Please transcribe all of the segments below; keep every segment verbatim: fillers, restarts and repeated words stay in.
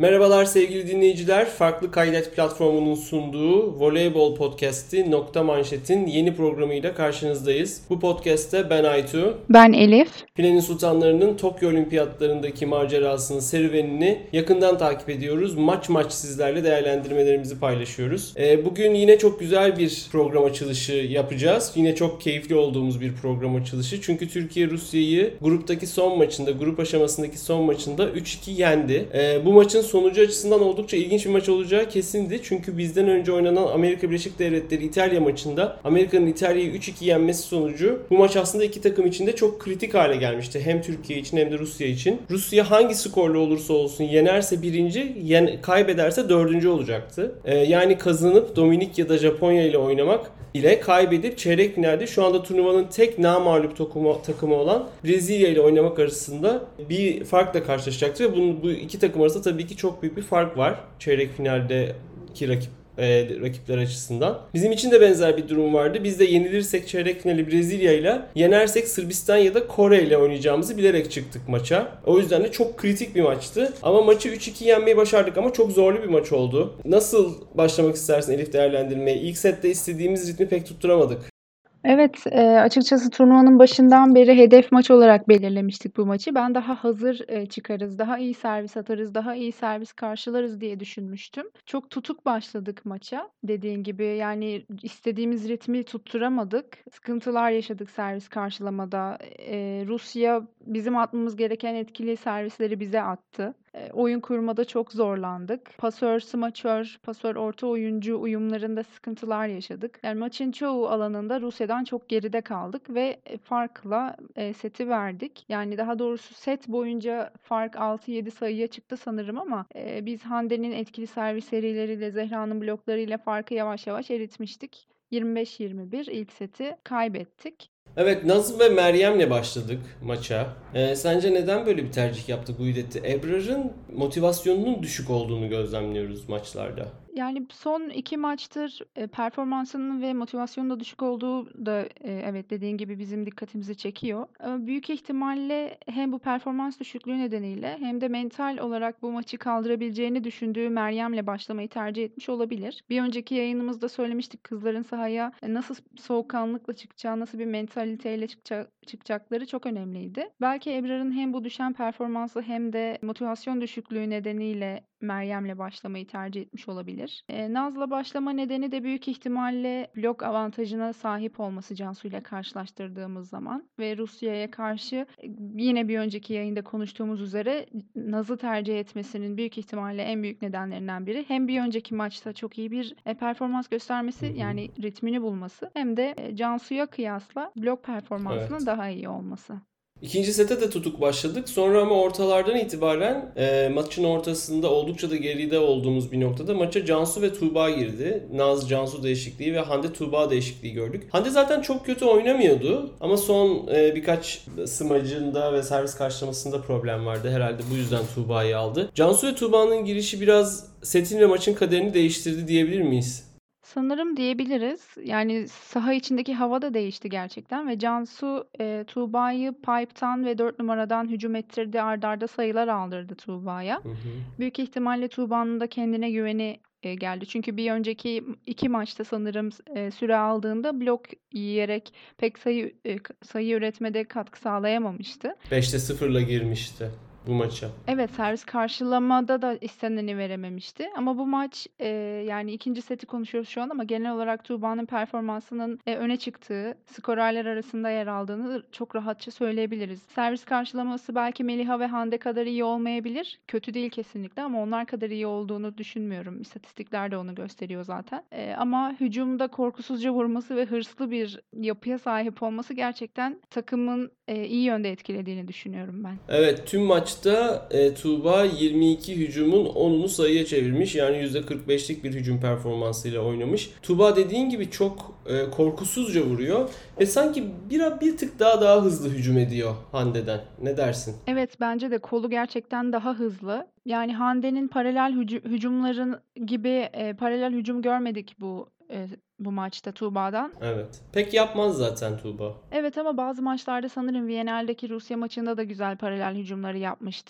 Merhabalar sevgili dinleyiciler. Farklı Kaydet platformunun sunduğu Voleybol Podcast'i Nokta Manşet'in yeni programıyla karşınızdayız. Bu podcast'te ben Aytu, ben Elif, Filenin Sultanları'nın Tokyo Olimpiyatlarındaki macerasının serüvenini yakından takip ediyoruz. Maç maç sizlerle değerlendirmelerimizi paylaşıyoruz. Bugün yine çok güzel bir program açılışı yapacağız. Yine çok keyifli olduğumuz bir program açılışı. Çünkü Türkiye Rusya'yı gruptaki son maçında, grup aşamasındaki son maçında üç iki yendi. Bu maçın sonucu açısından oldukça ilginç bir maç olacağı kesindi. Çünkü bizden önce oynanan Amerika Birleşik Devletleri İtalya maçında Amerika'nın İtalya'yı üç iki yenmesi sonucu bu maç aslında iki takım için de çok kritik hale gelmişti. Hem Türkiye için hem de Rusya için. Rusya hangi skorla olursa olsun yenerse birinci, yen, kaybederse dördüncü olacaktı. Ee, yani kazanıp Dominik ya da Japonya ile oynamak ile kaybedip çeyrek finalde şu anda turnuvanın tek namağlup takımı, takımı olan Brezilya ile oynamak arasında bir farkla karşılaşacaktı ve bunun, bu iki takım arasında tabii ki çok büyük bir fark var çeyrek finaldeki rakip e, rakipler açısından. Bizim için de benzer bir durum vardı. Biz de yenilirsek çeyrek finali Brezilya ile, yenersek Sırbistan ya da Kore ile oynayacağımızı bilerek çıktık maça. O yüzden de çok kritik bir maçtı. Ama maçı üç iki yenmeyi başardık ama çok zorlu bir maç oldu. Nasıl başlamak istersin Elif değerlendirmeye? İlk sette istediğimiz ritmi pek tutturamadık. Evet, e, açıkçası turnuvanın başından beri hedef maç olarak belirlemiştik bu maçı. Ben daha hazır e, çıkarız, daha iyi servis atarız, daha iyi servis karşılarız diye düşünmüştüm. Çok tutuk başladık maça. Dediğin gibi yani istediğimiz ritmi tutturamadık. Sıkıntılar yaşadık servis karşılamada. E, Rusya bizim atmamız gereken etkili servisleri bize attı. E, oyun kurmada çok zorlandık. Pasör, smaçör, pasör orta oyuncu uyumlarında sıkıntılar yaşadık. Yani maçın çoğu alanında Rusya'dan çok geride kaldık ve farkla e, seti verdik. Yani daha doğrusu set boyunca fark altı yedi sayıya çıktı sanırım ama e, biz Hande'nin etkili servis serileriyle, Zehra'nın bloklarıyla farkı yavaş yavaş eritmiştik. yirmi beş yirmi bir ilk seti kaybettik. Evet, Nazım ve Meryem'le başladık maça. Ee, sence neden böyle bir tercih yaptı Guidetti? Ebrar'ın motivasyonunun düşük olduğunu gözlemliyoruz maçlarda. Yani son iki maçtır e, performansının ve motivasyonun da düşük olduğu da e, evet dediğin gibi bizim dikkatimizi çekiyor. Ama büyük ihtimalle hem bu performans düşüklüğü nedeniyle hem de mental olarak bu maçı kaldırabileceğini düşündüğü Meryem'le başlamayı tercih etmiş olabilir. Bir önceki yayınımızda söylemiştik kızların sahaya e, nasıl soğukkanlılıkla çıkacağı, nasıl bir mentaliteyle çıkacak, çıkacakları çok önemliydi. Belki Ebrar'ın hem bu düşen performansı hem de motivasyon düşüklüğü nedeniyle Meryem'le başlamayı tercih etmiş olabilir. E, Naz'la başlama nedeni de büyük ihtimalle blok avantajına sahip olması Cansu ile karşılaştırdığımız zaman ve Rusya'ya karşı e, yine bir önceki yayında konuştuğumuz üzere Naz'ı tercih etmesinin büyük ihtimalle en büyük nedenlerinden biri hem bir önceki maçta çok iyi bir e, performans göstermesi, Hı hı. yani ritmini bulması, hem de e, Cansu'ya kıyasla blok performansının Evet. daha iyi olması. İkinci sete de tutuk başladık. Sonra ama ortalardan itibaren e, maçın ortasında oldukça da geride olduğumuz bir noktada maça Cansu ve Tuğba girdi. Naz Cansu değişikliği ve Hande Tuğba değişikliği gördük. Hande zaten çok kötü oynamıyordu ama son e, birkaç smacında ve servis karşılamasında problem vardı. Herhalde bu yüzden Tuğba'yı aldı. Cansu ve Tuğba'nın girişi biraz setin ve maçın kaderini değiştirdi diyebilir miyiz? Sanırım diyebiliriz. Yani saha içindeki hava da değişti gerçekten ve Cansu e, Tuğba'yı pipe'tan ve dört numaradan hücum ettirdi. Arda arda sayılar aldırdı Tuğba'ya. Hı hı. Büyük ihtimalle Tuğba'nın da kendine güveni e, geldi. Çünkü bir önceki iki maçta sanırım e, süre aldığında blok yiyerek pek sayı e, sayı üretmede katkı sağlayamamıştı. beşte sıfırla girmişti bu maça. Evet, servis karşılamada da isteneni verememişti. Ama bu maç e, yani ikinci seti konuşuyoruz şu an ama genel olarak Tuğba'nın performansının e, öne çıktığı, skorerler arasında yer aldığını çok rahatça söyleyebiliriz. Servis karşılaması belki Meliha ve Hande kadar iyi olmayabilir. Kötü değil kesinlikle ama onlar kadar iyi olduğunu düşünmüyorum. İstatistikler de onu gösteriyor zaten. E, ama hücumda korkusuzca vurması ve hırslı bir yapıya sahip olması gerçekten takımın e, iyi yönde etkilediğini düşünüyorum ben. Evet, tüm maçta e, Tuğba yirmi iki hücumun onunu sayıya çevirmiş. Yani yüzde kırk beşlik bir hücum performansıyla oynamış. Tuğba dediğin gibi çok e, korkusuzca vuruyor ve sanki bir, bir tık daha daha hızlı hücum ediyor Hande'den. Ne dersin? Evet, bence de kolu gerçekten daha hızlı. Yani Hande'nin paralel hücu- hücumların gibi e, paralel hücum görmedik bu e, bu maçta Tuğba'dan. Evet. Pek yapmaz zaten Tuğba. Evet ama bazı maçlarda sanırım Viyana'daki Rusya maçında da güzel paralel hücumları yapmıştı.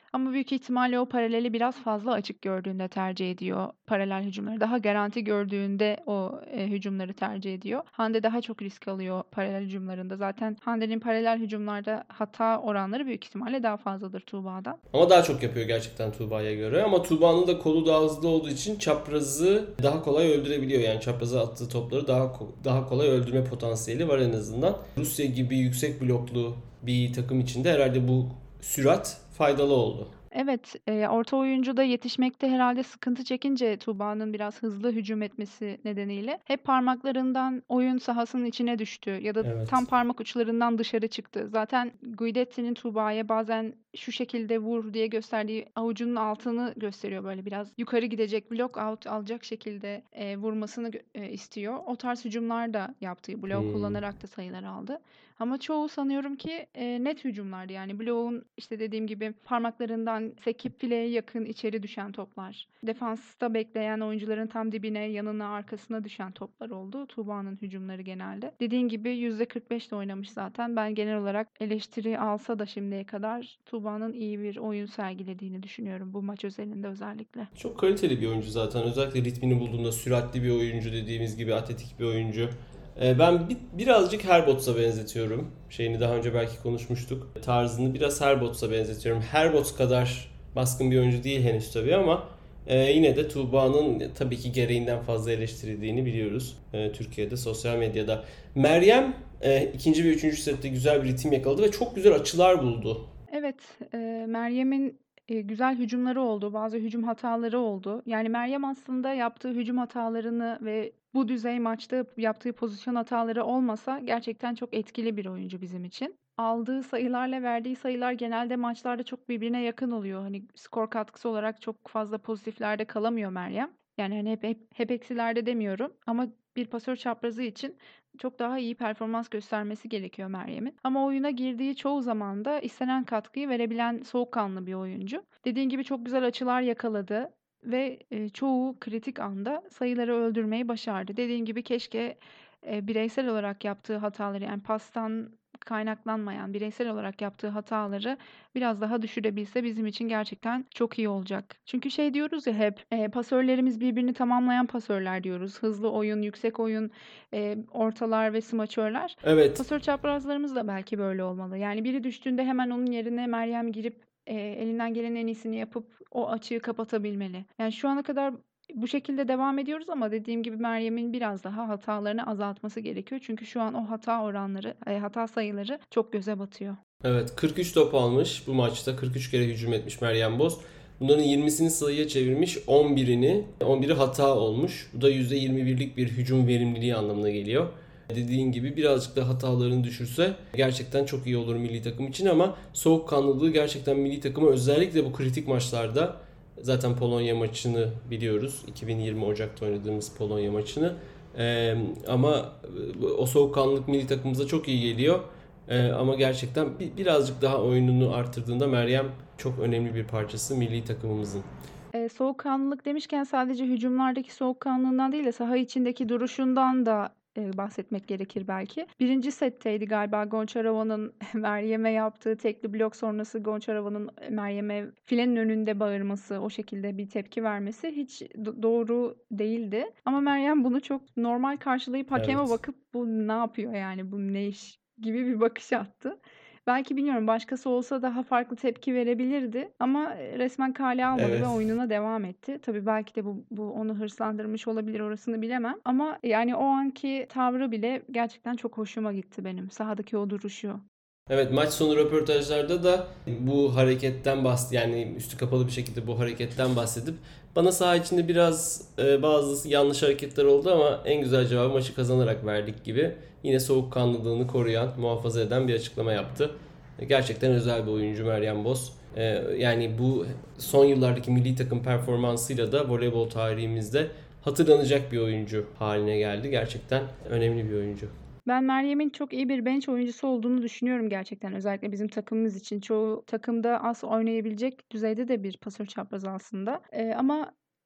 Ama büyük ihtimalle o paraleli biraz fazla açık gördüğünde tercih ediyor paralel hücumları. Daha garanti gördüğünde o e, hücumları tercih ediyor. Hande daha çok risk alıyor paralel hücumlarında. Zaten Hande'nin paralel hücumlarda hata oranları büyük ihtimalle daha fazladır Tuğba'dan. Ama daha çok yapıyor gerçekten Tuğba'ya göre. Ama Tuğba'nın da kolu daha hızlı olduğu için çaprazı daha kolay öldürebiliyor. Yani çapraza attığı topları daha ko- daha kolay öldürme potansiyeli var en azından. Rusya gibi yüksek bloklu bir takım içinde herhalde bu sürat faydalı oldu. Evet, eee, orta oyuncuda yetişmekte herhalde sıkıntı çekince Tuğba'nın biraz hızlı hücum etmesi nedeniyle hep parmaklarından oyun sahasının içine düştü ya da tam Evet. parmak uçlarından dışarı çıktı. Zaten Guidetti'nin Tuğba'ya bazen şu şekilde vur diye gösterdiği avucunun altını gösteriyor, böyle biraz yukarı gidecek, block out alacak şekilde eee, vurmasını gö- eee, istiyor. O tarz hücumlar da yaptı. Bloğu Hmm. kullanarak da sayılar aldı. Ama çoğu sanıyorum ki e, net hücumlardı. Yani bloğun işte dediğim gibi parmaklarından sekip fileye yakın içeri düşen toplar. Defansta bekleyen oyuncuların tam dibine, yanına, arkasına düşen toplar oldu. Tuğba'nın hücumları genelde. Dediğin gibi yüzde kırk beş de oynamış zaten. Ben genel olarak eleştiri alsa da şimdiye kadar Tuğba'nın iyi bir oyun sergilediğini düşünüyorum bu maç özelinde özellikle. Çok kaliteli bir oyuncu zaten. Özellikle ritmini bulduğunda süratli bir oyuncu, dediğimiz gibi atletik bir oyuncu. Ee, Ben bi- birazcık Herbots'a benzetiyorum. Şeyini daha önce belki konuşmuştuk. Tarzını biraz Herbots'a benzetiyorum. Herbots kadar baskın bir oyuncu değil henüz tabii ama e, yine de Tuğba'nın tabii ki gereğinden fazla eleştirildiğini biliyoruz. E, Türkiye'de sosyal medyada. Meryem e, ikinci ve üçüncü sette güzel bir ritim yakaladı ve çok güzel açılar buldu. Evet, eee, Meryem'in eee, güzel hücumları oldu. Bazı hücum hataları oldu. Yani Meryem aslında yaptığı hücum hatalarını ve bu düzey maçta yaptığı pozisyon hataları olmasa gerçekten çok etkili bir oyuncu bizim için. Aldığı sayılarla verdiği sayılar genelde maçlarda çok birbirine yakın oluyor. Hani skor katkısı olarak çok fazla pozitiflerde kalamıyor Meryem. Yani hani hep, hep, hep eksilerde demiyorum ama bir pasör çaprazı için çok daha iyi performans göstermesi gerekiyor Meryem'in. Ama oyuna girdiği çoğu zaman da istenen katkıyı verebilen soğukkanlı bir oyuncu. Dediğin gibi çok güzel açılar yakaladı ve e, çoğu kritik anda sayıları öldürmeyi başardı. Dediğin gibi keşke e, bireysel olarak yaptığı hataları, yani pastan kaynaklanmayan bireysel olarak yaptığı hataları biraz daha düşürebilse bizim için gerçekten çok iyi olacak. Çünkü şey diyoruz ya hep e, pasörlerimiz birbirini tamamlayan pasörler diyoruz. Hızlı oyun, yüksek oyun, e, ortalar ve smaçörler. Evet. Pasör çaprazlarımız da belki böyle olmalı. Yani biri düştüğünde hemen onun yerine Meryem girip e, elinden gelen en iyisini yapıp o açığı kapatabilmeli. Yani şu ana kadar bu şekilde devam ediyoruz ama dediğim gibi Meryem'in biraz daha hatalarını azaltması gerekiyor. Çünkü şu an o hata oranları, e, hata sayıları çok göze batıyor. Evet, kırk üç top almış bu maçta. kırk üç kere hücum etmiş Meryem Boz. Bunların yirmisini sayıya çevirmiş, on birini, on biri hata olmuş. Bu da yüzde yirmi birlik bir hücum verimliliği anlamına geliyor. Dediğin gibi birazcık da hatalarını düşürse gerçekten çok iyi olur milli takım için ama soğukkanlılığı gerçekten milli takımı özellikle bu kritik maçlarda, zaten Polonya maçını biliyoruz. iki bin yirmi Ocak'ta oynadığımız Polonya maçını. Ee, ama o soğukkanlılık milli takımımıza çok iyi geliyor. Ee, ama gerçekten bir, birazcık daha oyununu artırdığında Meryem çok önemli bir parçası milli takımımızın. Eee, soğukkanlılık demişken sadece hücumlardaki soğukkanlılığından değil de saha içindeki duruşundan da eee, bahsetmek gerekir belki. Birinci setteydi galiba Gonçarova'nın Meryem'e yaptığı tekli blok sonrası Gonçarova'nın Meryem'e filenin önünde bağırması, o şekilde bir tepki vermesi hiç do- doğru değildi. Ama Meryem bunu çok normal karşılayıp hakeme Evet. bakıp bu ne yapıyor, yani bu ne iş gibi bir bakış attı. Belki bilmiyorum, başkası olsa daha farklı tepki verebilirdi ama e, resmen kale almadı ve Evet. oyununa devam etti. Tabii belki de bu, bu onu hırslandırmış olabilir, orasını bilemem. Ama yani o anki tavrı bile gerçekten çok hoşuma gitti benim. Sahadaki o duruşu. Evet, maç sonu röportajlarda da bu hareketten bahs yani üstü kapalı bir şekilde bu hareketten bahsedip bana saha içinde biraz e, bazı yanlış hareketler oldu ama en güzel cevabı maçı kazanarak verdik gibi yine soğukkanlılığını koruyan, muhafaza eden bir açıklama yaptı. Gerçekten özel bir oyuncu Meryem Boz. E, yani bu son yıllardaki milli takım performansıyla da voleybol tarihimizde hatırlanacak bir oyuncu haline geldi. Gerçekten önemli bir oyuncu. Ben Meryem'in çok iyi bir bench oyuncusu olduğunu düşünüyorum gerçekten. Özellikle bizim takımımız için. Çoğu takımda az oynayabilecek düzeyde de bir pasör çaprazı aslında. Ee, ama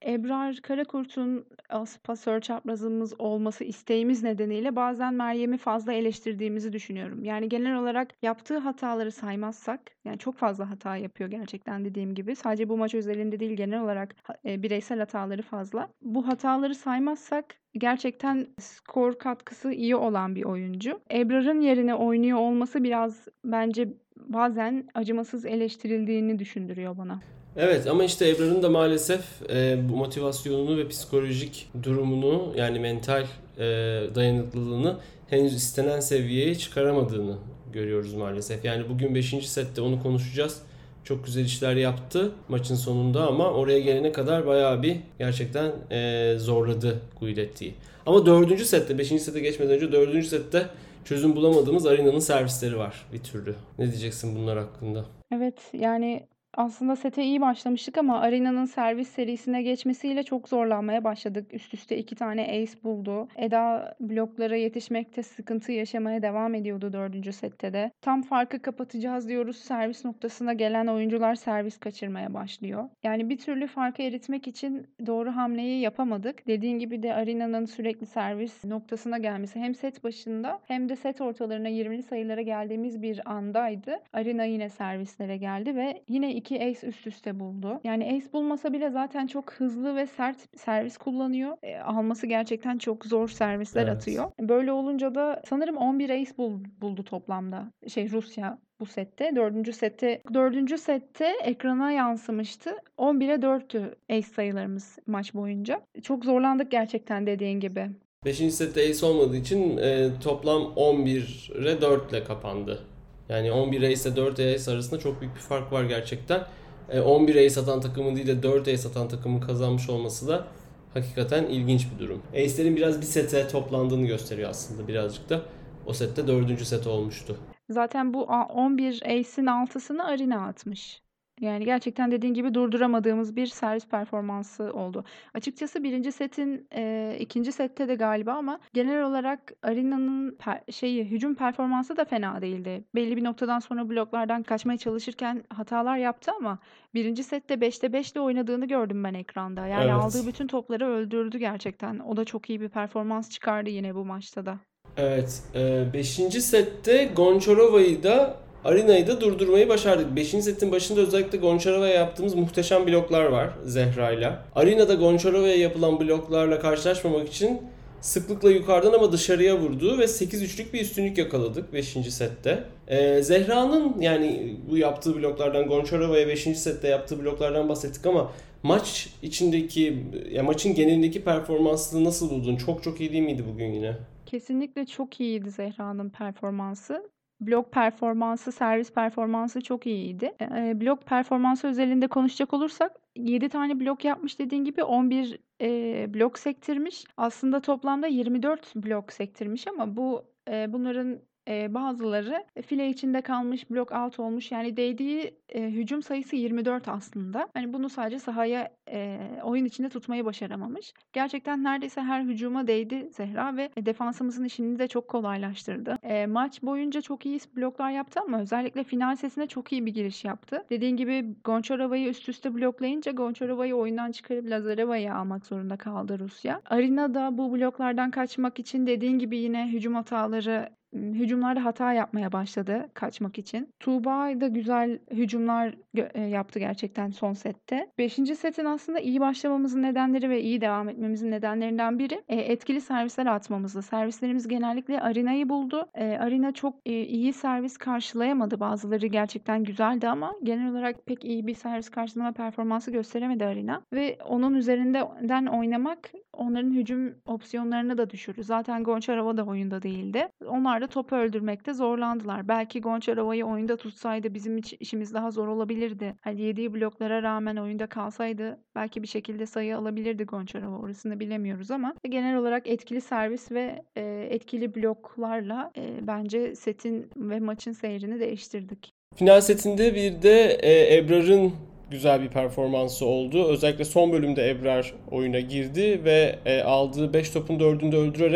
Ebrar Karakurt'un as pasör çaprazımız olması isteğimiz nedeniyle bazen Meryem'i fazla eleştirdiğimizi düşünüyorum. Yani genel olarak yaptığı hataları saymazsak, yani çok fazla hata yapıyor gerçekten dediğim gibi. Sadece bu maç özelinde değil, genel olarak ha- e, bireysel hataları fazla. Bu hataları saymazsak gerçekten skor katkısı iyi olan bir oyuncu. Ebrar'ın yerine oynuyor olması biraz bence bazen acımasız eleştirildiğini düşündürüyor bana. Evet ama işte Ebrar'ın da maalesef e, bu motivasyonunu ve psikolojik durumunu yani mental e, dayanıklılığını henüz istenen seviyeye çıkaramadığını görüyoruz maalesef. Yani bugün beşinci sette onu konuşacağız. Çok güzel işler yaptı maçın sonunda ama oraya gelene kadar bayağı bir gerçekten e, zorladı Guidetti'yi. Ama dördüncü sette, beşinci sete geçmeden önce dördüncü sette çözüm bulamadığımız Arina'nın servisleri var bir türlü. Ne diyeceksin bunlar hakkında? Evet, yani aslında sete iyi başlamıştık ama Arena'nın servis serisine geçmesiyle çok zorlanmaya başladık. Üst üste iki tane ace buldu. Eda bloklara yetişmekte sıkıntı yaşamaya devam ediyordu dördüncü sette de. Tam farkı kapatacağız diyoruz. Servis noktasına gelen oyuncular servis kaçırmaya başlıyor. Yani bir türlü farkı eritmek için doğru hamleyi yapamadık. Dediğin gibi de Arena'nın sürekli servis noktasına gelmesi hem set başında hem de set ortalarına yirmili sayılara geldiğimiz bir andaydı. Arena yine servislere geldi ve yine iki ace üst üste buldu. Yani ace bulmasa bile zaten çok hızlı ve sert servis kullanıyor. E, alması gerçekten çok zor servisler Evet. atıyor. Böyle olunca da sanırım on bir ace bul- buldu toplamda. Şey Rusya bu sette. Dördüncü sette dördüncü sette ekrana yansımıştı. on bire dörttü ace sayılarımız maç boyunca. Çok zorlandık gerçekten dediğin gibi. Beşinci sette ace olmadığı için e, toplam on bire dört ile kapandı. Yani on bir ace ile dört ace arasında çok büyük bir fark var gerçekten. E, on bir ace atan takımın değil de dört ace atan takımın kazanmış olması da hakikaten ilginç bir durum. Ace'lerin biraz bir sete toplandığını gösteriyor aslında birazcık da. O sette dördüncü set olmuştu. Zaten bu a- on bir ace'in altısını Arina atmış. Yani gerçekten dediğin gibi durduramadığımız bir servis performansı oldu. Açıkçası birinci setin e, ikinci sette de galiba ama genel olarak Arina'nın per- şeyi hücum performansı da fena değildi. Belli bir noktadan sonra bloklardan kaçmaya çalışırken hatalar yaptı ama birinci sette beşte beşle oynadığını gördüm ben ekranda. Yani aldığı Evet. bütün topları öldürdü gerçekten. O da çok iyi bir performans çıkardı yine bu maçta da. Evet. beşinci sette Gonçarova'yı da Arina'yı da durdurmayı başardık. Beşinci setin başında özellikle Gonçarova'ya yaptığımız muhteşem bloklar var Zehra'yla. Arina'da Gonçarova'ya yapılan bloklarla karşılaşmamak için sıklıkla yukarıdan ama dışarıya vurdu ve sekiz üçlük bir üstünlük yakaladık beşinci sette. Ee, Zehra'nın yani bu yaptığı bloklardan Gonçarova'ya beşinci sette yaptığı bloklardan bahsettik ama maç içindeki ya maçın genelindeki performansını nasıl buldun? Çok çok iyi değil miydi bugün yine? Kesinlikle çok iyiydi Zehra'nın performansı. Blok performansı, servis performansı çok iyiydi. Eee, blok performansı özelinde konuşacak olursak yedi tane blok yapmış dediğin gibi on bir eee, blok sektirmiş. Aslında toplamda yirmi dört blok sektirmiş ama bu eee, bunların eee, bazıları file içinde kalmış, blok out olmuş. Yani değdiği eee, hücum sayısı yirmi dört aslında. Hani bunu sadece sahaya eee, oyun içinde tutmayı başaramamış. Gerçekten neredeyse her hücuma değdi Zehra ve defansımızın işini de çok kolaylaştırdı. E, maç boyunca çok iyi bloklar yaptı ama özellikle final setine çok iyi bir giriş yaptı. Dediğin gibi Gonçarova'yı üst üste bloklayınca Gonçarova'yı oyundan çıkarıp Lazareva'yı almak zorunda kaldı Rusya. Arina da bu bloklardan kaçmak için dediğin gibi yine hücum hataları hücumlarda hata yapmaya başladı kaçmak için. Tuğba da güzel hücumlar gö- e, yaptı gerçekten son sette. Beşinci setin aslında iyi başlamamızın nedenleri ve iyi devam etmemizin nedenlerinden biri e, etkili servisler atmamızdı. Servislerimiz genellikle Arina'yı buldu. E, Arina çok e, iyi servis karşılayamadı. Bazıları gerçekten güzeldi ama genel olarak pek iyi bir servis karşılama performansı gösteremedi Arina. Ve onun üzerinden oynamak onların hücum opsiyonlarını da düşürdü. Zaten Gonçarova da oyunda değildi. Onlar da topu öldürmekte zorlandılar. Belki Gonçarova'yı oyunda tutsaydı bizim iç- işimiz daha zor olabilirdi. Hani yediği bloklara rağmen oyunda kalsaydı belki bir şekilde sayı alabilirdi Gonçarova. Orasını bilemiyoruz ama genel olarak etkili servis ve e, etkili bloklarla e, bence setin ve maçın seyrini değiştirdik. Final setinde bir de e, Ebrar'ın güzel bir performansı oldu. Özellikle son bölümde Ebrar oyuna girdi ve e, aldığı beş topun dördünü de öldürerek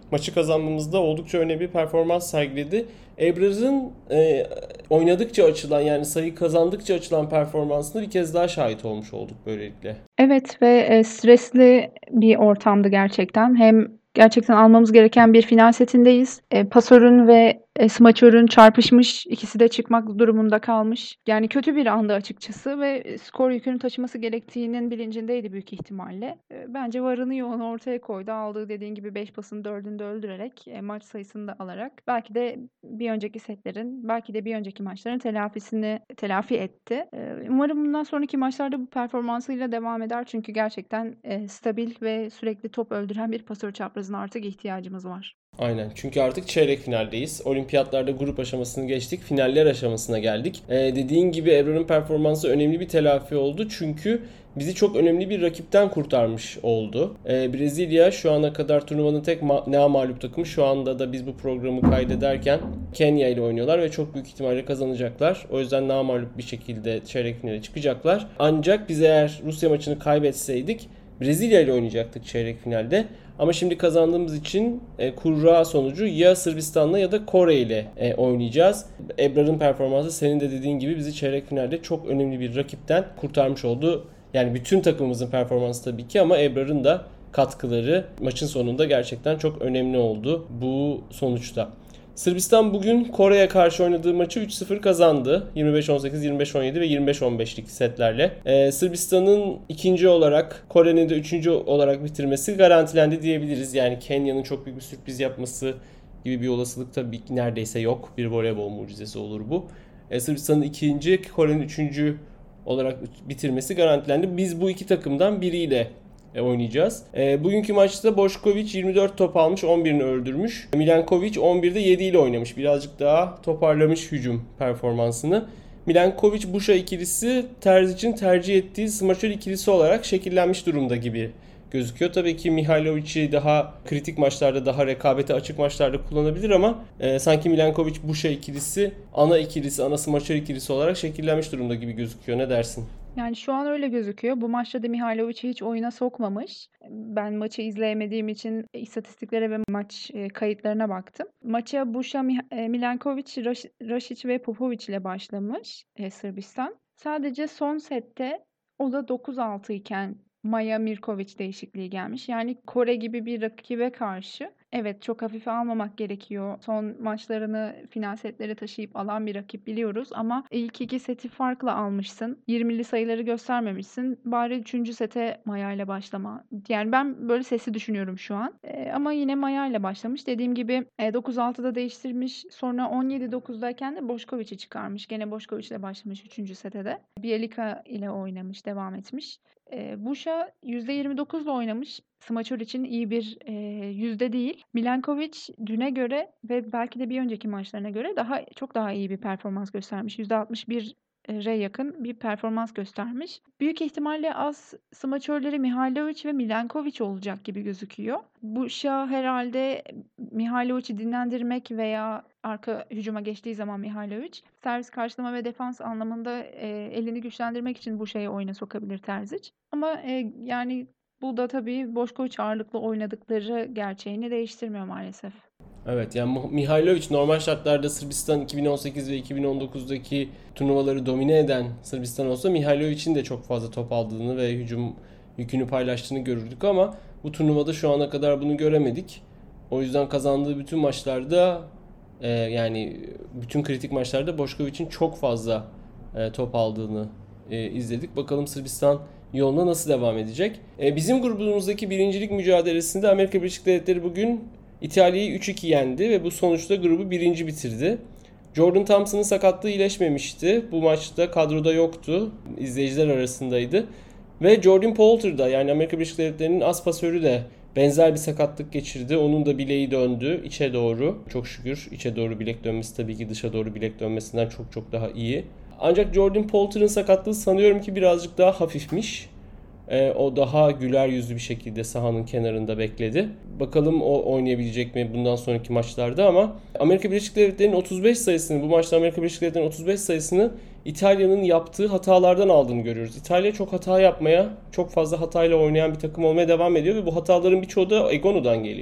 maçı kazanmamızda oldukça önemli bir performans sergiledi. Ebrar'ın e, oynadıkça açılan, yani sayı kazandıkça açılan performansına bir kez daha şahit olmuş olduk böylelikle. Evet ve e, stresli bir ortamdı gerçekten. Hem gerçekten almamız gereken bir final setindeyiz. E, pasörün ve e, smaçörün çarpışmış, ikisi de çıkmak durumunda kalmış. Yani kötü bir andı açıkçası ve e, skor yükünü taşıması gerektiğinin bilincindeydi büyük ihtimalle. E, bence varını yoğunu ortaya koydu. Aldığı dediğin gibi beş pasın dördünü de öldürerek, e, maç sayısını da alarak belki de bir önceki setlerin, belki de bir önceki maçların telafisini telafi etti. E, umarım bundan sonraki maçlarda bu performansıyla devam eder. Çünkü gerçekten e, stabil ve sürekli top öldüren bir pasör çaprazına artık ihtiyacımız var. Aynen. Çünkü artık çeyrek finaldeyiz. Olimpiyatlarda grup aşamasını geçtik. Finaller aşamasına geldik. Ee, dediğin gibi Ebrar'ın performansı önemli bir telafi oldu. Çünkü bizi çok önemli bir rakipten kurtarmış oldu. Ee, Brezilya şu ana kadar turnuvanın tek ma- namağlup takımı. Şu anda da biz bu programı kaydederken Kenya ile oynuyorlar ve çok büyük ihtimalle kazanacaklar. O yüzden namağlup bir şekilde çeyrek finale çıkacaklar. Ancak biz eğer Rusya maçını kaybetseydik Brezilya ile oynayacaktık çeyrek finalde. Ama şimdi kazandığımız için e, kurra sonucu ya Sırbistan'la ya da Kore ile e, oynayacağız. Ebrar'ın performansı senin de dediğin gibi bizi çeyrek finalde çok önemli bir rakipten kurtarmış oldu. Yani bütün takımımızın performansı tabii ki ama Ebrar'ın da katkıları maçın sonunda gerçekten çok önemli oldu bu sonuçta. Sırbistan bugün Kore'ye karşı oynadığı maçı üç sıfır kazandı. yirmi beş on sekiz, yirmi beş on yedi ve yirmi beş on beşlik setlerle. Ee, Sırbistan'ın ikinci olarak, Kore'nin de üçüncü olarak bitirmesi garantilendi diyebiliriz. Yani Kenya'nın çok büyük bir sürpriz yapması gibi bir olasılık tabii ki neredeyse yok. Bir voleybol mucizesi olur bu. Ee, Sırbistan'ın ikinci, Kore'nin üçüncü olarak bitirmesi garantilendi. Biz bu iki takımdan biriyle oynayacağız. E, bugünkü maçta Bošković yirmi dört top almış, on birini öldürmüş. Milenković on birde yedi ile oynamış. Birazcık daha toparlamış hücum performansını. Milenković-Buša ikilisi Terzic'in tercih ettiği smaçör ikilisi olarak şekillenmiş durumda gibi gözüküyor. Tabii ki Mihailovic'i daha kritik maçlarda, daha rekabete açık maçlarda kullanabilir ama e, sanki Milenković-Buša ikilisi ana ikilisi, ana smaçör ikilisi olarak şekillenmiş durumda gibi gözüküyor. Ne dersin? Yani şu an öyle gözüküyor. Bu maçta da Mihailovic'i hiç oyuna sokmamış. Ben maçı izleyemediğim için istatistiklere ve maç e, kayıtlarına baktım. Maça Buša, Milenković, Rašić ve Popović ile başlamış e, Sırbistan. Sadece son sette o da dokuz altı iken Maja Mirković değişikliği gelmiş. Yani Kore gibi bir rakibe karşı evet çok hafife almamak gerekiyor. Son maçlarını final setlere taşıyıp alan bir rakip biliyoruz ama ilk iki seti farklı almışsın. yirmili sayıları göstermemişsin. Bari üçüncü sete Maja ile başlama. Yani ben böyle sesi düşünüyorum şu an. E, ama yine Maja ile başlamış. Dediğim gibi e, dokuz altıda değiştirmiş. Sonra on yedi dokuzdayken de Bošković'i çıkarmış. Gene Bošković ile başlamış üçüncü sete de. Bjelica ile oynamış, devam etmiş. E, Buša yüzde yirmi dokuzla oynamış. Smaçör için iyi bir e, yüzde değil. Milenković düne göre ve belki de bir önceki maçlarına göre daha çok daha iyi bir performans göstermiş. yüzde altmış bire yakın bir performans göstermiş. Büyük ihtimalle az smaçörleri Mihailović ve Milenković olacak gibi gözüküyor. Buša herhalde Mihailovic'i dinlendirmek veya arka hücuma geçtiği zaman Mihailović servis karşılama ve defans anlamında e, elini güçlendirmek için Buša'yı oyuna sokabilir Terzic. Ama e, yani bu da tabii Bošković ağırlıklı oynadıkları gerçeğini değiştirmiyor maalesef. Evet, yani Mihailović normal şartlarda Sırbistan iki bin on sekiz ve iki bin on dokuzdaki turnuvaları domine eden Sırbistan olsa Mihailovic'in de çok fazla top aldığını ve hücum yükünü paylaştığını görürdük ama bu turnuvada şu ana kadar bunu göremedik. O yüzden kazandığı bütün maçlarda e, yani bütün kritik maçlarda Bošković'in çok fazla e, top aldığını e, izledik. Bakalım Sırbistan yoluna nasıl devam edecek? E, bizim grubumuzdaki birincilik mücadelesinde Amerika Birleşik Devletleri bugün İtalya'yı üç iki yendi ve bu sonuçta grubu birinci bitirdi. Jordan Thompson'ın sakatlığı iyileşmemişti. Bu maçta kadroda yoktu. İzleyiciler arasındaydı. Ve Jordan Poulter da, yani Amerika Birleşik Devletleri'nin as pasörü de benzer bir sakatlık geçirdi. Onun da bileği döndü içe doğru. Çok şükür içe doğru bilek dönmesi tabii ki dışa doğru bilek dönmesinden çok çok daha iyi. Ancak Jordan Poulter'ın sakatlığı sanıyorum ki birazcık daha hafifmiş. Ee, o daha güler yüzlü bir şekilde sahanın kenarında bekledi. Bakalım o oynayabilecek mi bundan sonraki maçlarda, ama Amerika Birleşik Devletleri'nin otuz beş sayısını, bu maçta Amerika Birleşik Devletleri'nin otuz beş sayısını İtalya'nın yaptığı hatalardan aldığını görüyoruz. İtalya çok hata yapmaya, çok fazla hatayla oynayan bir takım olmaya devam ediyor ve bu hataların birçoğu da Egonu'dan geliyor.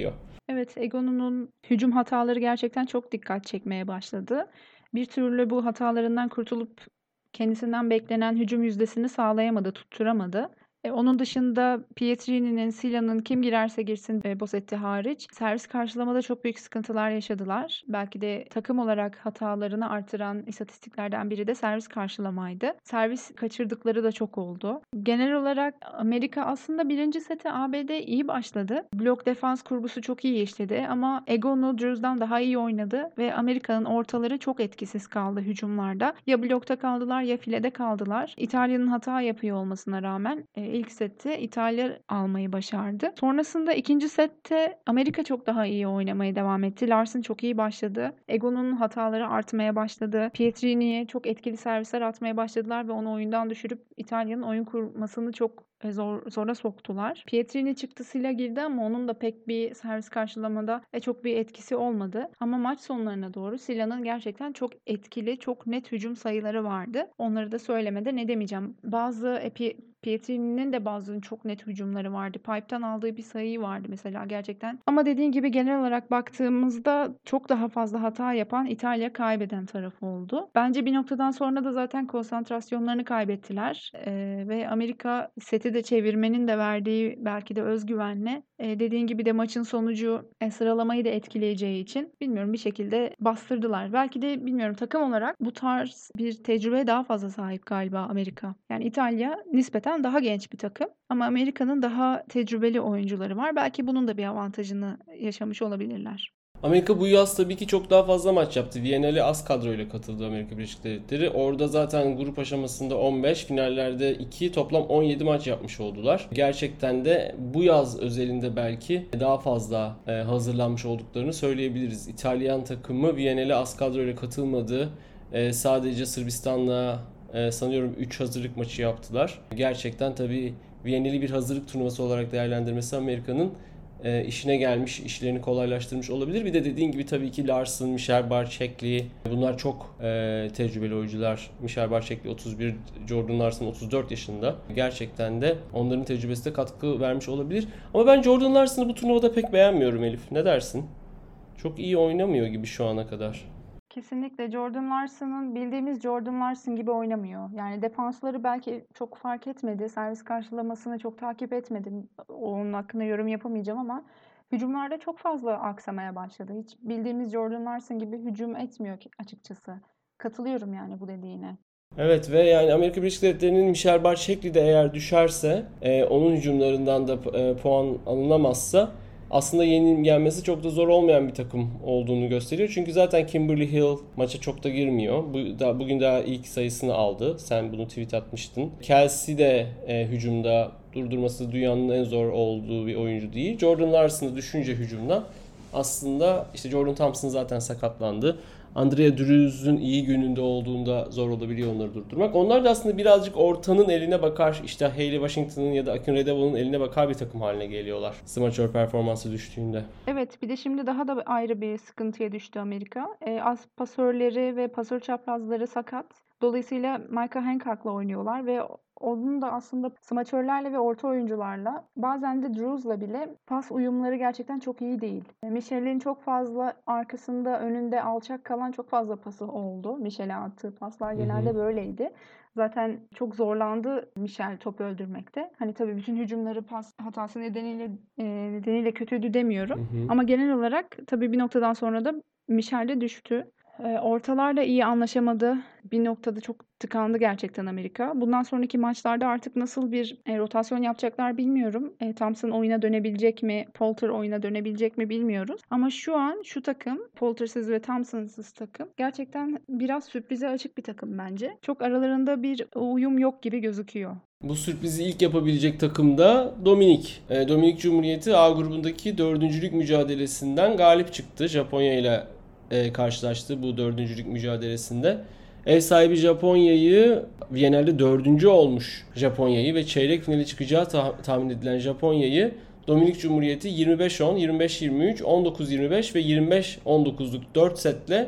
Evet, Egonu'nun hücum hataları gerçekten çok dikkat çekmeye başladı. Bir türlü bu hatalarından kurtulup kendisinden beklenen hücum yüzdesini sağlayamadı, tutturamadı. E, onun dışında Pietrini'nin, Sila'nın kim girerse girsin e, Bossetti hariç servis karşılamada çok büyük sıkıntılar yaşadılar. Belki de takım olarak hatalarını artıran istatistiklerden biri de servis karşılamaydı. Servis kaçırdıkları da çok oldu. Genel olarak Amerika aslında birinci sete A B D iyi başladı. Blok defans kurgusu çok iyi işledi ama Egonu Drews'dan daha iyi oynadı ve Amerika'nın ortaları çok etkisiz kaldı hücumlarda. Ya blokta kaldılar ya filede kaldılar. İtalya'nın hata yapıyor olmasına rağmen e, ilk sette İtalya almayı başardı. Sonrasında ikinci sette Amerika çok daha iyi oynamaya devam etti. Larson çok iyi başladı. Ego'nun hataları artmaya başladı. Pietrini'ye çok etkili servisler atmaya başladılar ve onu oyundan düşürüp İtalya'nın oyun kurmasını çok zor, zora soktular. Pietrini çıktı, Sila girdi ama onun da pek bir servis karşılamada e, çok bir etkisi olmadı. Ama maç sonlarına doğru Sila'nın gerçekten çok etkili, çok net hücum sayıları vardı. Onları da söylemede ne demeyeceğim. Bazı e, Pietrini'nin de bazı çok net hücumları vardı. Pipe'tan aldığı bir sayı vardı mesela gerçekten. Ama dediğin gibi genel olarak baktığımızda çok daha fazla hata yapan İtalya kaybeden taraf oldu. Bence bir noktadan sonra da zaten konsantrasyonlarını kaybettiler. Ee, ve Amerika seti de çevirmenin de verdiği belki de özgüvenle e, dediğin gibi de maçın sonucu e, sıralamayı da etkileyeceği için bilmiyorum bir şekilde bastırdılar. Belki de bilmiyorum takım olarak bu tarz bir tecrübeye daha fazla sahip galiba Amerika. Yani İtalya nispeten daha genç bir takım ama Amerika'nın daha tecrübeli oyuncuları var. Belki bunun da bir avantajını yaşamış olabilirler. Amerika bu yaz tabii ki çok daha fazla maç yaptı. Viyana'lı az kadroyla katıldı Amerika Birleşik Devletleri. Orada zaten grup aşamasında on beş, finallerde iki, toplam on yedi maç yapmış oldular. Gerçekten de bu yaz özelinde belki daha fazla e, hazırlanmış olduklarını söyleyebiliriz. İtalyan takımı Viyana'lı az kadroyla katılmadı. E, sadece Sırbistan'la e, sanıyorum üç hazırlık maçı yaptılar. Gerçekten tabii Viyana'lı bir hazırlık turnuvası olarak değerlendirmesi Amerika'nın E, işine gelmiş, işlerini kolaylaştırmış olabilir. Bir de dediğin gibi tabii ki Larson, Michel Barçekli, bunlar çok e, tecrübeli oyuncular. Michel Barçekli otuz bir, Jordan Larson otuz dört yaşında. Gerçekten de onların tecrübesi de katkı vermiş olabilir. Ama ben Jordan Larson'ı bu turnuvada pek beğenmiyorum Elif. Ne dersin? Çok iyi oynamıyor gibi şu ana kadar. Kesinlikle Jordan Larson'ın bildiğimiz Jordan Larson gibi oynamıyor. Yani defansları belki çok fark etmedi. Servis karşılamasını çok takip etmedim. Onun hakkında yorum yapamayacağım ama hücumlarda çok fazla aksamaya başladı. Hiç bildiğimiz Jordan Larson gibi hücum etmiyor ki açıkçası. Katılıyorum yani bu dediğine. Evet ve yani Amerika Birleşik Devletleri'nin Michel Barçekli de eğer düşerse, e, onun hücumlarından da e, puan alınamazsa aslında yenilmesi çok da zor olmayan bir takım olduğunu gösteriyor. Çünkü zaten Kimberly Hill maça çok da girmiyor. Bu, da, bugün daha ilk sayısını aldı. Sen bunu tweet atmıştın. Kelsey de e, hücumda durdurması dünyanın en zor olduğu bir oyuncu değil. Jordan Larson'ı düşünce hücumda aslında işte Jordan Thompson zaten sakatlandı. Andrea Drews'ün iyi gününde olduğunda zor olabiliyor onları durdurmak. Onlar da aslında birazcık ortanın eline bakar, işte Hayley Washington'ın ya da Akin Redeval'ın eline bakar bir takım haline geliyorlar. Smaçör performansı düştüğünde. Evet, bir de şimdi daha da ayrı bir sıkıntıya düştü Amerika. E, az pasörleri ve pasör çaprazları sakat. Dolayısıyla Micah Hancock'la oynuyorlar ve onun da aslında smaçörlerle ve orta oyuncularla bazen de Drews'la bile pas uyumları gerçekten çok iyi değil. Michel'in çok fazla arkasında, önünde alçak kalan çok fazla pası oldu. Michel'e attığı paslar genelde hı hı. böyleydi. Zaten çok zorlandı Michel top öldürmekte. Hani tabii bütün hücumları pas hatası nedeniyle e, nedeniyle kötüydü demiyorum. Hı hı. Ama genel olarak tabii bir noktadan sonra da Michel de düştü. E, ortalar da iyi anlaşamadı. Bir noktada çok tıkandı gerçekten Amerika. Bundan sonraki maçlarda artık nasıl bir e, rotasyon yapacaklar bilmiyorum. E, Thompson oyuna dönebilecek mi? Poulter oyuna dönebilecek mi bilmiyoruz. Ama şu an şu takım, Poulter'sız ve Thompson'sız takım gerçekten biraz sürprize açık bir takım bence. Çok aralarında bir uyum yok gibi gözüküyor. Bu sürprizi ilk yapabilecek takım da Dominik. E, Dominik Cumhuriyeti A grubundaki dördüncülük mücadelesinden galip çıktı. Japonya ile e, karşılaştı bu dördüncülük mücadelesinde. Ev sahibi Japonya'yı, Viyana'da dördüncü olmuş Japonya'yı ve çeyrek finale çıkacağı ta- tahmin edilen Japonya'yı Dominik Cumhuriyeti yirmi beş on, yirmi beş yirmi üç, on dokuz yirmi beş ve yirmi beş on dokuzluk dört setle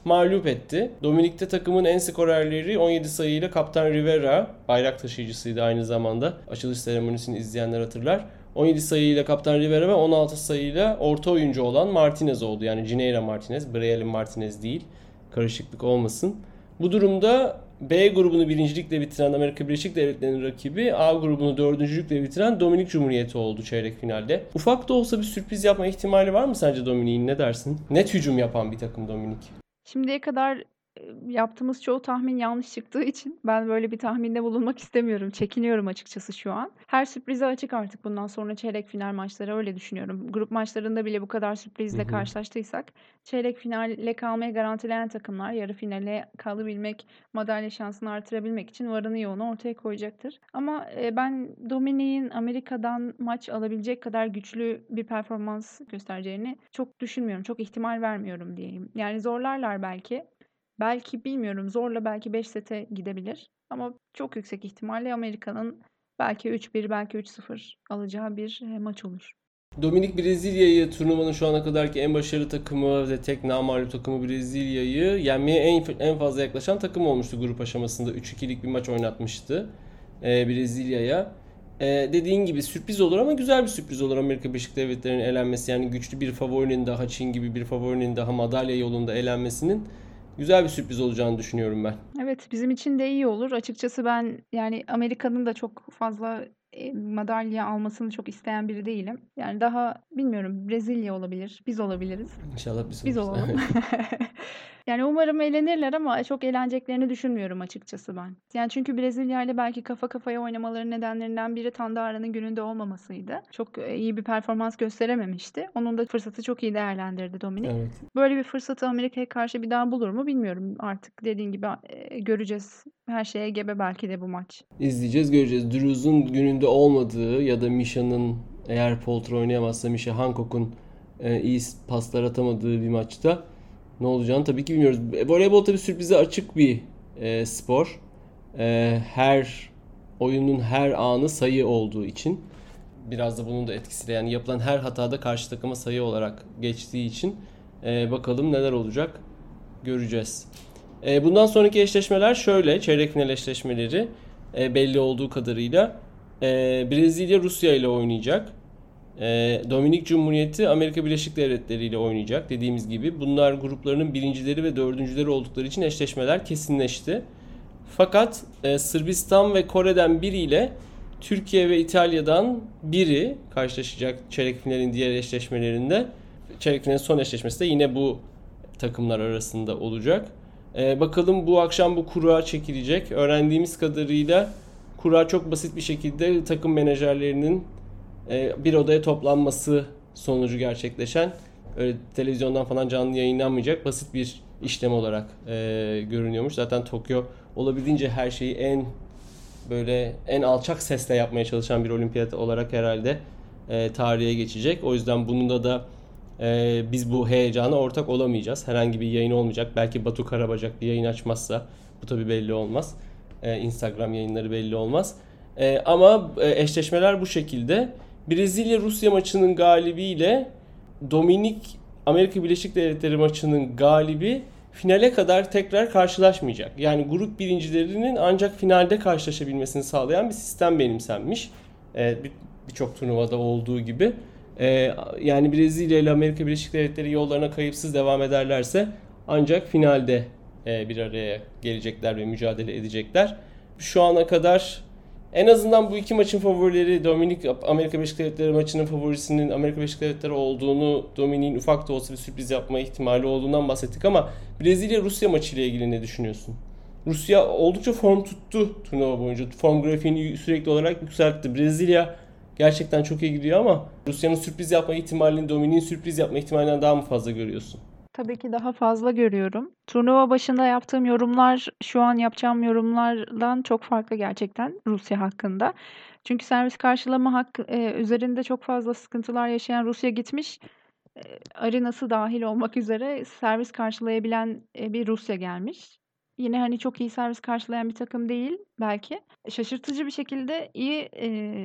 mağlup etti. Dominik'te takımın en skorerleri on yedi sayıyla Kaptan Rivera, bayrak taşıyıcısıydı aynı zamanda. Açılış seremonisini izleyenler hatırlar. on yedi sayıyla Kaptan Rivera ve on altı sayıyla orta oyuncu olan Martinez oldu. Yani Gineira Martinez, Braille Martinez değil. Karışıklık olmasın. Bu durumda B grubunu birincilikle bitiren Amerika Birleşik Devletleri'nin rakibi A grubunu dördüncülükle bitiren Dominik Cumhuriyeti oldu çeyrek finalde. Ufak da olsa bir sürpriz yapma ihtimali var mı sence Dominik'in, ne dersin? Net hücum yapan bir takım Dominik. Şimdiye kadar e, yaptığımız çoğu tahmin yanlış çıktığı için ben böyle bir tahminde bulunmak istemiyorum. Çekiniyorum açıkçası şu an. Her sürprize açık artık bundan sonra çeyrek final maçları, öyle düşünüyorum. Grup maçlarında bile bu kadar sürprizle Hı hı. karşılaştıysak çeyrek finale kalmayı garantileyen takımlar yarı finale kalabilmek, madalya şansını artırabilmek için varını yoğunu ortaya koyacaktır. Ama e, ben Dominik'in Amerika'dan maç alabilecek kadar güçlü bir performans göstereceğini çok düşünmüyorum. Çok ihtimal vermiyorum diyeyim. Yani zorlarlar belki. Belki bilmiyorum, zorla belki beş sete gidebilir. Ama çok yüksek ihtimalle Amerika'nın belki üç bir, belki üç sıfır alacağı bir e, maç olur. Dominik Brezilya'yı, turnuvanın şu ana kadarki en başarılı takımı ve tek namağlup takımı Brezilya'yı yenmeye en, en fazla yaklaşan takım olmuştu grup aşamasında. üç ikilik bir maç oynatmıştı e, Brezilya'ya. E, dediğin gibi sürpriz olur ama güzel bir sürpriz olur Amerika Birleşik Devletleri'nin elenmesi. Yani güçlü bir favorinin daha, Çin gibi bir favorinin daha madalya yolunda elenmesinin güzel bir sürpriz olacağını düşünüyorum ben. Evet, bizim için de iyi olur. Açıkçası ben yani Amerika'nın da çok fazla e, madalya almasını çok isteyen biri değilim. Yani daha bilmiyorum, Brezilya olabilir, biz olabiliriz. İnşallah biz Biz oluruz. olalım. Yani umarım eğlenirler ama çok eğleneceklerini düşünmüyorum açıkçası ben. Yani çünkü Brezilya ile belki kafa kafaya oynamaların nedenlerinden biri Tandahara'nın gününde olmamasıydı. Çok e, iyi bir performans gösterememişti. Onun da fırsatı çok iyi değerlendirdi Dominik. Evet. Böyle bir fırsatı Amerika'ya karşı bir daha bulur mu bilmiyorum. Artık dediğin gibi e, göreceğiz. Her şeye gebe belki de bu maç. İzleyeceğiz, göreceğiz. Drew'un gününde olmadığı ya da Misha'nın, eğer Poulter oynayamazsa Misha Hancock'un e, iyi paslar atamadığı bir maçta ne olacağını tabii ki bilmiyoruz. E, Voleybol tabii sürprize açık bir e, spor. E, her oyunun her anı sayı olduğu için biraz da bunun da etkisiyle, yani yapılan her hatada karşı takıma sayı olarak geçtiği için e, bakalım neler olacak, göreceğiz. E, bundan sonraki eşleşmeler şöyle, çeyrek final eşleşmeleri e, belli olduğu kadarıyla e, Brezilya Rusya ile oynayacak. E, Dominik Cumhuriyeti Amerika Birleşik Devletleri ile oynayacak. Dediğimiz gibi bunlar gruplarının birincileri ve dördüncüleri oldukları için eşleşmeler kesinleşti. Fakat e, Sırbistan ve Kore'den biriyle Türkiye ve İtalya'dan biri karşılaşacak çeyrek finalin diğer eşleşmelerinde. Çeyrek finalin son eşleşmesi de yine bu takımlar arasında olacak. Ee, bakalım bu akşam bu kura çekilecek. Öğrendiğimiz kadarıyla kura çok basit bir şekilde takım menajerlerinin e, bir odaya toplanması sonucu gerçekleşen, öyle televizyondan falan canlı yayınlanmayacak basit bir işlem olarak e, görünüyormuş. Zaten Tokyo olabildiğince her şeyi en böyle en alçak sesle yapmaya çalışan bir olimpiyat olarak herhalde e, tarihe geçecek. O yüzden bunun da e, biz bu heyecana ortak olamayacağız. Herhangi bir yayın olmayacak. Belki Batu Karabacak bir yayın açmazsa, bu tabii belli olmaz. E, Instagram yayınları belli olmaz. E, ama e, eşleşmeler bu şekilde. Brezilya-Rusya maçının galibiyle Dominik Amerika Birleşik Devletleri maçının galibi finale kadar tekrar karşılaşmayacak. Yani grup birincilerinin ancak finalde karşılaşabilmesini sağlayan bir sistem benimsenmiş. Ee, Birçok turnuvada olduğu gibi. Ee, yani Brezilya ile Amerika Birleşik Devletleri yollarına kayıpsız devam ederlerse ancak finalde e, bir araya gelecekler ve mücadele edecekler. Şu ana kadar en azından bu iki maçın favorileri, Dominik Amerika Birleşik Devletleri maçının favorisinin Amerika Birleşik Devletleri olduğunu, Dominik'in ufak da olsa bir sürpriz yapma ihtimali olduğundan bahsettik ama Brezilya-Rusya maçı ile ilgili ne düşünüyorsun? Rusya oldukça form tuttu turnuva boyunca. Form grafiğini sürekli olarak yükseltti. Brezilya gerçekten çok iyi gidiyor ama Rusya'nın sürpriz yapma ihtimalini Dominik'in sürpriz yapma ihtimalinden daha mı fazla görüyorsun? Tabii ki daha fazla görüyorum. Turnuva başında yaptığım yorumlar şu an yapacağım yorumlardan çok farklı gerçekten Rusya hakkında. Çünkü servis karşılama hakkı e, üzerinde çok fazla sıkıntılar yaşayan Rusya gitmiş. E, arenası dahil olmak üzere servis karşılayabilen e, bir Rusya gelmiş. Yine hani çok iyi servis karşılayan bir takım değil belki. Şaşırtıcı bir şekilde iyi e,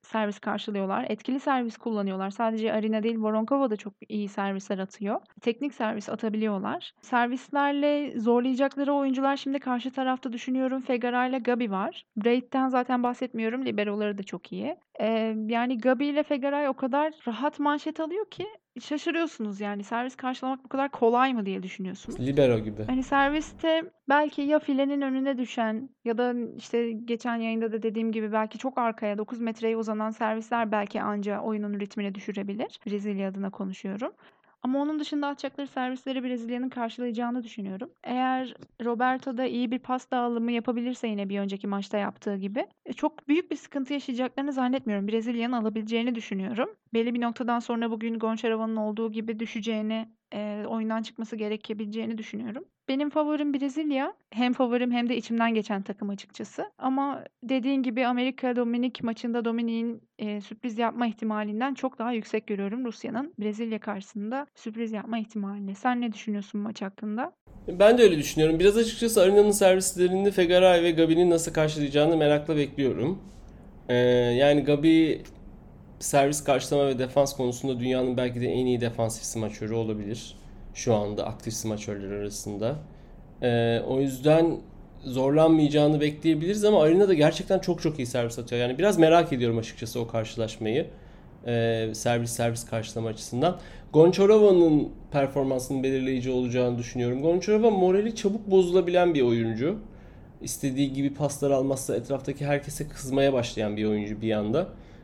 servis karşılıyorlar. Etkili servis kullanıyorlar. Sadece Aryna değil, Voronkova da çok iyi servisler atıyor. Teknik servis atabiliyorlar. Servislerle zorlayacakları oyuncular şimdi karşı tarafta düşünüyorum. Fegara ile Gabi var. Braid'den zaten bahsetmiyorum. Liberoları da çok iyi. Ee, yani Gabi ile Fegaray o kadar rahat manşet alıyor ki şaşırıyorsunuz yani. Servis karşılamak bu kadar kolay mı diye düşünüyorsunuz. Libero gibi. Hani serviste belki ya filenin önüne düşen ya da işte geçen yayında da dediğim gibi belki çok arkaya dokuz metreye uzanan servisler belki anca oyunun ritmini düşürebilir. Brezilya adına konuşuyorum. Ama onun dışında atacakları servisleri Brezilya'nın karşılayacağını düşünüyorum. Eğer Roberto da iyi bir pas dağılımı yapabilirse yine bir önceki maçta yaptığı gibi e, çok büyük bir sıkıntı yaşayacaklarını zannetmiyorum. Brezilya'nın alabileceğini düşünüyorum. Belli bir noktadan sonra bugün Gonçarova'nın olduğu gibi düşeceğini, e, oyundan çıkması gerekebileceğini düşünüyorum. Benim favorim Brezilya. Hem favorim hem de içimden geçen takım açıkçası. Ama dediğin gibi Amerika Dominik maçında Dominik'in e, sürpriz yapma ihtimalinden çok daha yüksek görüyorum Rusya'nın Brezilya karşısında sürpriz yapma ihtimalini. Sen ne düşünüyorsun maç hakkında? Ben de öyle düşünüyorum. Biraz açıkçası Aryna'nın servislerini Fegaray ve Gabi'nin nasıl karşılayacağını merakla bekliyorum. Ee, yani Gabi servis karşılama ve defans konusunda dünyanın belki de en iyi defansif smaçörü olabilir. Şu anda aktif smaçörler arasında. Ee, o yüzden zorlanmayacağını bekleyebiliriz ama Aryna da gerçekten çok çok iyi servis atıyor. Yani biraz merak ediyorum açıkçası o karşılaşmayı. Ee, servis servis karşılama açısından. Gonçarova'nın performansının belirleyici olacağını düşünüyorum. Gonçarova morali çabuk bozulabilen bir oyuncu. İstediği gibi paslar almazsa etraftaki herkese kızmaya başlayan bir oyuncu bir anda.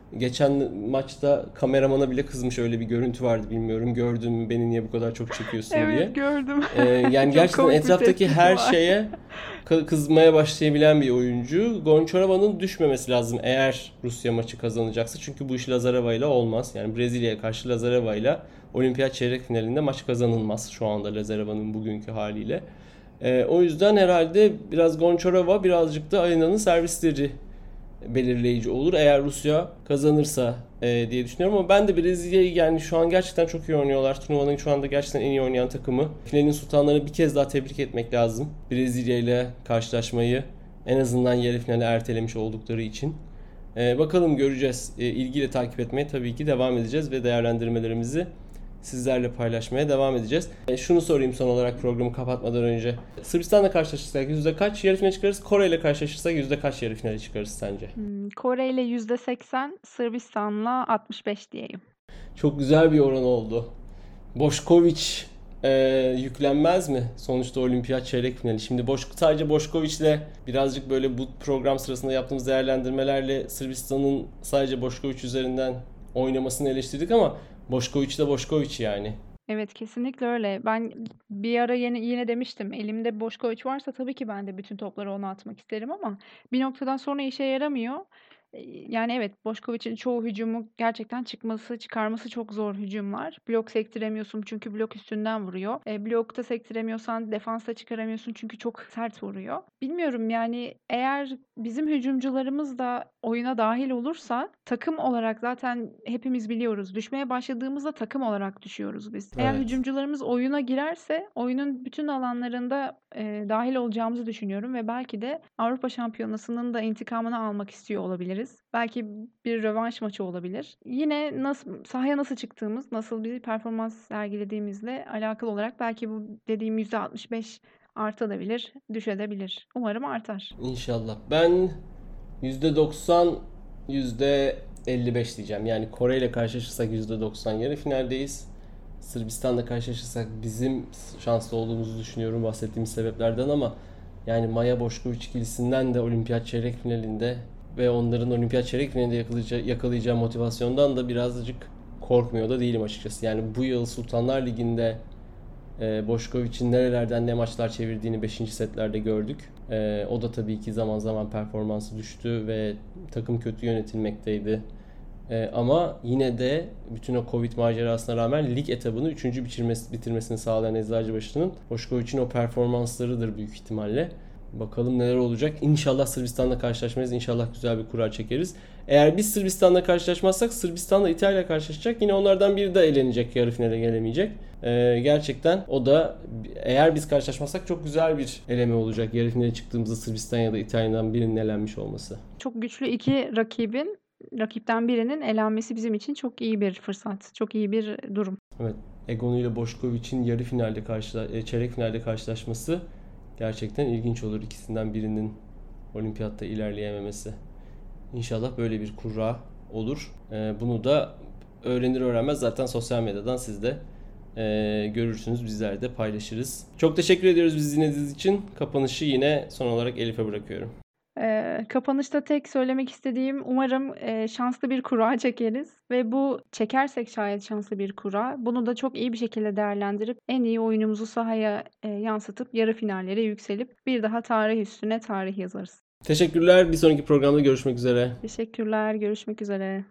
Geçen maçta kameramana bile kızmış, öyle bir görüntü vardı, bilmiyorum gördün mü, beni niye bu kadar çok çekiyorsun diye. Evet, gördüm. Ee, yani Çok gerçekten komik bir etraftaki tepkisi her var. şeye kı- kızmaya başlayabilen bir oyuncu. Gonçarova'nın düşmemesi lazım eğer Rusya maçı kazanacaksa. Çünkü bu iş Lazareva ile olmaz. Yani Brezilya'ya karşı Lazareva ile olimpiyat çeyrek finalinde maç kazanılmaz şu anda Lazareva'nın bugünkü haliyle. Ee, o yüzden herhalde biraz Gonçarova, birazcık da Aryna'nın servisleri belirleyici olur eğer Rusya kazanırsa e, diye düşünüyorum. Ama ben de Brezilya'yı, yani şu an gerçekten çok iyi oynuyorlar. Turnuvanın şu anda gerçekten en iyi oynayan takımı. Finalin sultanlarını bir kez daha tebrik etmek lazım. Brezilya ile karşılaşmayı en azından yarı finale ertelemiş oldukları için. E, bakalım, göreceğiz. E, ilgiyle takip etmeye tabii ki devam edeceğiz ve değerlendirmelerimizi sizlerle paylaşmaya devam edeceğiz. E, şunu sorayım son olarak programı kapatmadan önce. Sırbistan'la karşılaşırsak yüzde kaç yarı finale çıkarız? Kore ile karşılaşırsak yüzde kaç yarı finale çıkarız sence? Hmm, Kore ile yüzde seksen, Sırbistan'la altmış beş diyeyim. Çok güzel bir oran oldu. Boşkoviç e, yüklenmez mi? Sonuçta olimpiyat çeyrek finali. Şimdi Boş, sadece Boşkoviç'le birazcık böyle bu program sırasında yaptığımız değerlendirmelerle Sırbistan'ın sadece Boşkoviç üzerinden oynamasını eleştirdik ama Boşkoviç de Boşkoviç yani. Evet, kesinlikle öyle. Ben bir ara yine, yine demiştim. Elimde Boşkoviç varsa tabii ki ben de bütün topları ona atmak isterim ama bir noktadan sonra işe yaramıyor. E, Yani evet, Boşkoviç'in çoğu hücumu gerçekten çıkması, çıkarması çok zor hücumlar. Blok sektiremiyorsun çünkü blok üstünden vuruyor. E, blokta sektiremiyorsan defansta çıkaramıyorsun çünkü çok sert vuruyor. Bilmiyorum yani, eğer bizim hücumcularımız da oyuna dahil olursa takım olarak zaten hepimiz biliyoruz. Düşmeye başladığımızda takım olarak düşüyoruz biz. Eğer Evet. hücumcularımız oyuna girerse oyunun bütün alanlarında e, dahil olacağımızı düşünüyorum ve belki de Avrupa Şampiyonası'nın da intikamını almak istiyor olabiliriz. Belki bir rövanş maçı olabilir. Yine nasıl sahaya nasıl çıktığımız, nasıl bir performans sergilediğimizle alakalı olarak belki bu dediğim yüzde altmış beş artabilir, düşebilir. Umarım artar. İnşallah. Ben yüzde doksan, yüzde elli beş diyeceğim. Yani Kore ile karşılaşırsak yüzde doksan yarı finaldeyiz. Sırbistan'la karşılaşırsak bizim şanslı olduğumuzu düşünüyorum bahsettiğimiz sebeplerden ama yani Maya Boşkoviç ikilisinden de olimpiyat çeyrek finalinde ve onların olimpiyat çeyrek finalinde yakalayacağı, yakalayacağı motivasyondan da birazcık korkmuyor da değilim açıkçası. Yani bu yıl Sultanlar Ligi'nde e, Boşkoviç'in nerelerden ne maçlar çevirdiğini beşinci setlerde gördük. E, o da tabii ki zaman zaman performansı düştü ve takım kötü yönetilmekteydi. E, ama yine de bütün o Covid macerasına rağmen lig etabını üçüncü bitirmesi, bitirmesini sağlayan Eczacıbaşı'nın Boşkoviç'in o performanslarıdır büyük ihtimalle. Bakalım neler olacak. İnşallah Sırbistan'la karşılaşmayız. İnşallah güzel bir kura çekeriz. Eğer biz Sırbistan'la karşılaşmazsak Sırbistan'la İtalya karşılaşacak. Yine onlardan biri de elenecek, yarı finale gelemeyecek. Ee, gerçekten o da, eğer biz karşılaşmazsak çok güzel bir eleme olacak. Yarı finale çıktığımızda Sırbistan ya da İtalya'dan birinin elenmiş olması. Çok güçlü iki rakibin rakipten birinin elenmesi bizim için çok iyi bir fırsat. Çok iyi bir durum. Evet. Egonu ile Boşkoviç'in yarı finalde karşıla e, çeyrek finalde karşılaşması gerçekten ilginç olur. İkisinden birinin olimpiyatta ilerleyememesi. İnşallah böyle bir kurra olur. E, bunu da öğrenir öğrenmez zaten sosyal medyadan siz de e, görürsünüz. Bizler de paylaşırız. Çok teşekkür ediyoruz bizi dinlediğiniz için. Kapanışı yine son olarak Elif'e bırakıyorum. Ee, kapanışta tek söylemek istediğim, umarım e, şanslı bir kura çekeriz ve bu çekersek şayet şanslı bir kura, bunu da çok iyi bir şekilde değerlendirip en iyi oyunumuzu sahaya e, yansıtıp yarı finallere yükselip bir daha tarih üstüne tarih yazarız. Teşekkürler. Bir sonraki programda görüşmek üzere. Teşekkürler, görüşmek üzere.